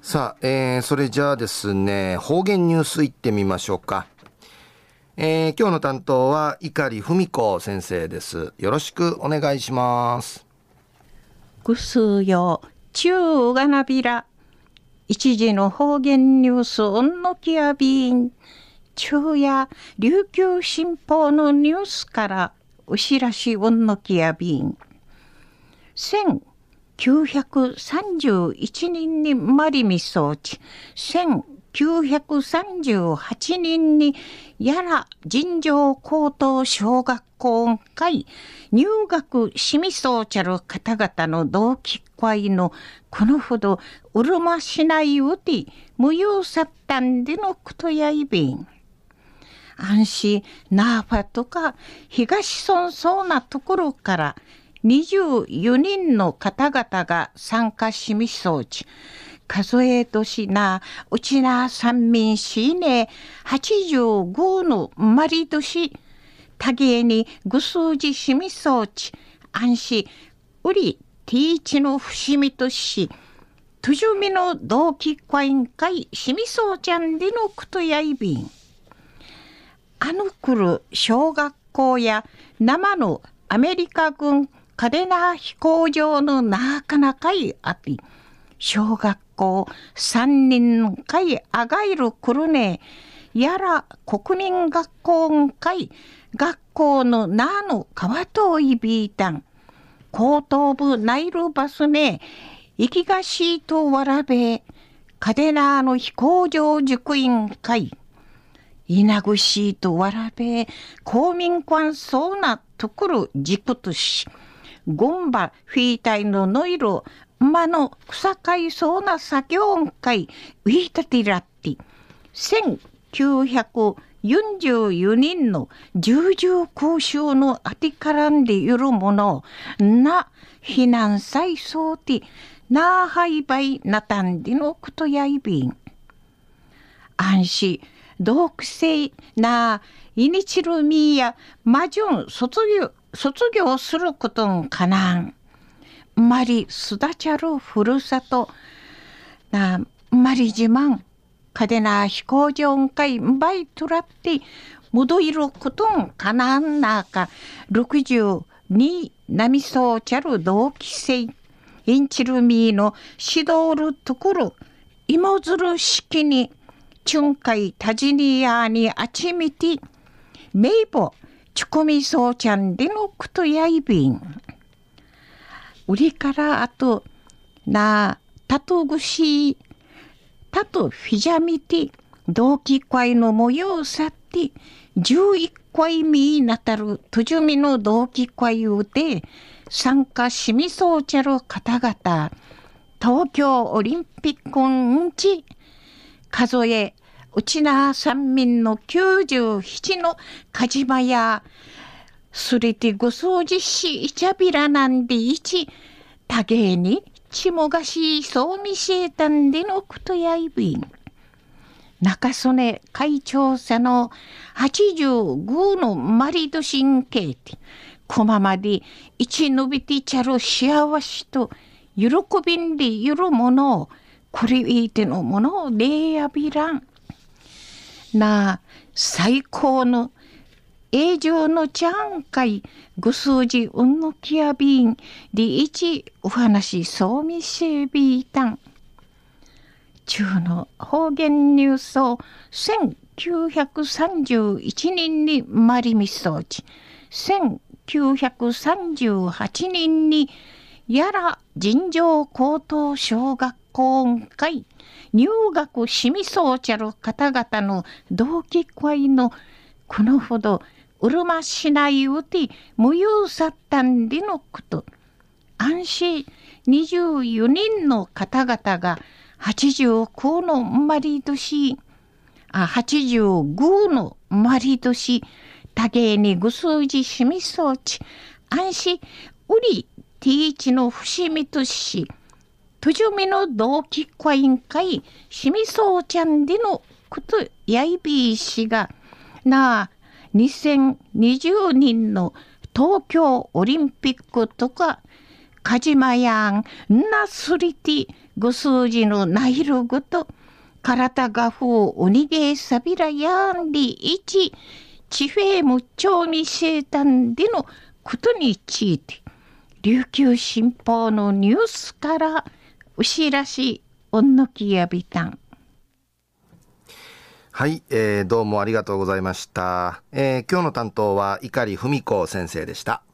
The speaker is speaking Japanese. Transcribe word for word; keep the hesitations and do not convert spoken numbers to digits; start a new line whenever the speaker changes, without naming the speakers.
さあ、えー、それじゃあですね、方言ニュースいってみましょうか。えー、今日の担当は碇文子先生です。よろしくお願いします。
ぐすよ中がなびら一時の方言ニュースおんのきやびん昼夜琉球新報のニュースからお知らしおんのきやびんせんきゅうひゃくさんじゅういちにんにまりみそうちせんきゅうひゃくさんじゅうはちにんにやら尋常高等小学校会入学しみそうちゃる方々の同期会のこのほどうるましないうて無用さったんでのことやいびん安心ナーファとか東村そうなところからにじゅうよにんの方々が参加しみそうち数え年なうちな三民しねはちじゅうごのまり年多芸にぐ数字しみそうち安心うりティーチの伏見としとじゅみの同期会員会しみそうちゃんでのことやいびんあのくる小学校や生のアメリカ軍嘉手納飛行場のなかなかいあって小学校三人会あがいるくるねやら国民学校会学校のなの川といびいたん高等部ナイルバスね行きがしとわらべ嘉手納の飛行場塾員会稲串とわらべ公民館そうなところ軸としゴンバフィータイのノイロ馬の草かいそうな作業会ウィータティラッティせんきゅうひゃくよんじゅうよにんの重々交渉のあてからんでいるものな避難再そうてな廃売なたんでのことやいびん安心同期生なイニチルミーやマジュン卒業卒業することんかなんまりすだちゃるふるさとなまり自慢嘉手納飛行場んかいバイトラって戻いることんかなんなかろくじゅうになみそうちゃる同期生インチルミーの指導るところ芋づる式にチュンカイタジニアにあちみて名簿チュコミそうちゃんでのことやいびん売りからあとなたとぐしたとフィジャミティ同期会の模様さってじゅういっかいみなたるとじゅみの同期会うて参加しみそうちゃる方々東京オリンピックんち数えうちな三民のきゅうじゅうななのかじまやすりてごそうじしいちゃびらなんでいち多芸にちもがしそうみせえたんでのことやいびん中曽根会長さのはちじゅうごのまりどしんけいてこままでいちのびてちゃる幸しと喜びんでいるものをこれいてのものをねやびらんな最高の永住のちゃんかいぐ数字うんのきやびんでいちお話そうみせびいたん中の方言ニュースをせんきゅうひゃくさんじゅういちにんにまりみそうちせんきゅうひゃくさんじゅうはちにんにやら尋常高等小学校会入学しみそうちゃる方々の同期会のこのほどうるましないうて無用さったんでのこと安心にじゅうよにんの方々がはちじゅうきゅうのまり年あはちじゅうごのまり年多芸にぐ数字しみそうち安心うりティーチの伏見としとじゅみの同期会員会しみそうちゃんでのことやいびいしがなあにせんにじゅうにんの東京オリンピックとかカジマヤンナスリティぐ数字のないるぐと、体がふうおにげさびらやんりいち、地平無調味生誕でのことについて、琉球新報のニュースからお知らしおんのきやびたん。
はい、えー、どうもありがとうございました。えー、今日の担当は碇文子先生でした。